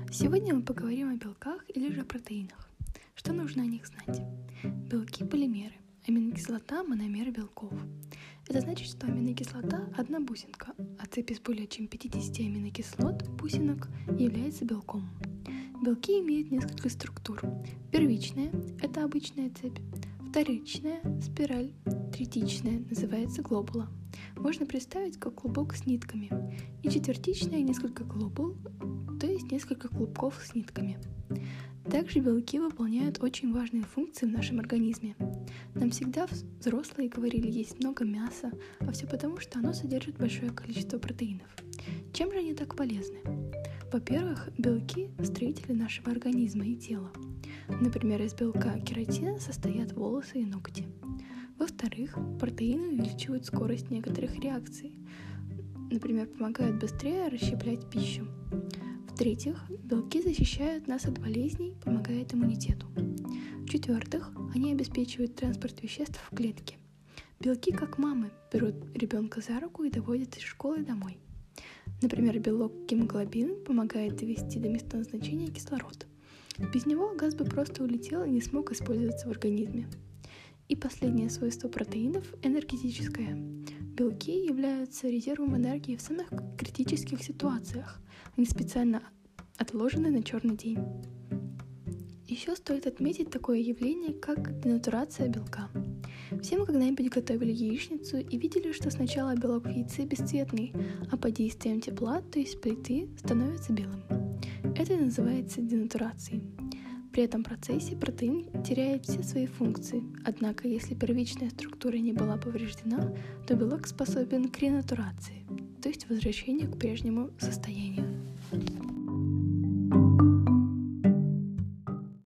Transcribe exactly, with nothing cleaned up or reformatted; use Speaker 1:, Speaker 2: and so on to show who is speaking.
Speaker 1: Сегодня мы поговорим о белках или же о протеинах. Что нужно о них знать? Белки – полимеры, аминокислота – мономеры белков. Это значит, что аминокислота – одна бусинка, а цепь из более чем пятидесяти аминокислот, бусинок, является белком. Белки имеют несколько структур. Первичная – это обычная цепь. Вторичная – спираль. Третичная – называется глобула. Можно представить как клубок с нитками. И четвертичная – несколько глобул, то есть несколько клубков с нитками. Также белки выполняют очень важные функции в нашем организме. Нам всегда взрослые говорили есть много мяса, а все потому, что оно содержит большое количество протеинов. Чем же они так полезны? Во-первых, белки – строители нашего организма и тела. Например, из белка кератина состоят волосы и ногти. Во-вторых, протеины увеличивают скорость некоторых реакций. Например, помогают быстрее расщеплять пищу. В-третьих, белки защищают нас от болезней, помогают иммунитету. В-четвертых, они обеспечивают транспорт веществ в клетке. Белки, как мамы, берут ребенка за руку и доводят из школы домой. Например, белок гемоглобин помогает довести до места назначения кислород. Без него газ бы просто улетел и не смог использоваться в организме. И последнее свойство протеинов – энергетическое. Белки являются резервом энергии в самых критических ситуациях. Они специально отложены на черный день. Еще стоит отметить такое явление, как денатурация белка. Все мы когда-нибудь готовили яичницу и видели, что сначала белок в яйце бесцветный, а под действием тепла, то есть плиты, становится белым. Это называется денатурацией. При этом процессе протеин теряет все свои функции, однако если первичная структура не была повреждена, то белок способен к ренатурации, то есть возвращению к прежнему состоянию.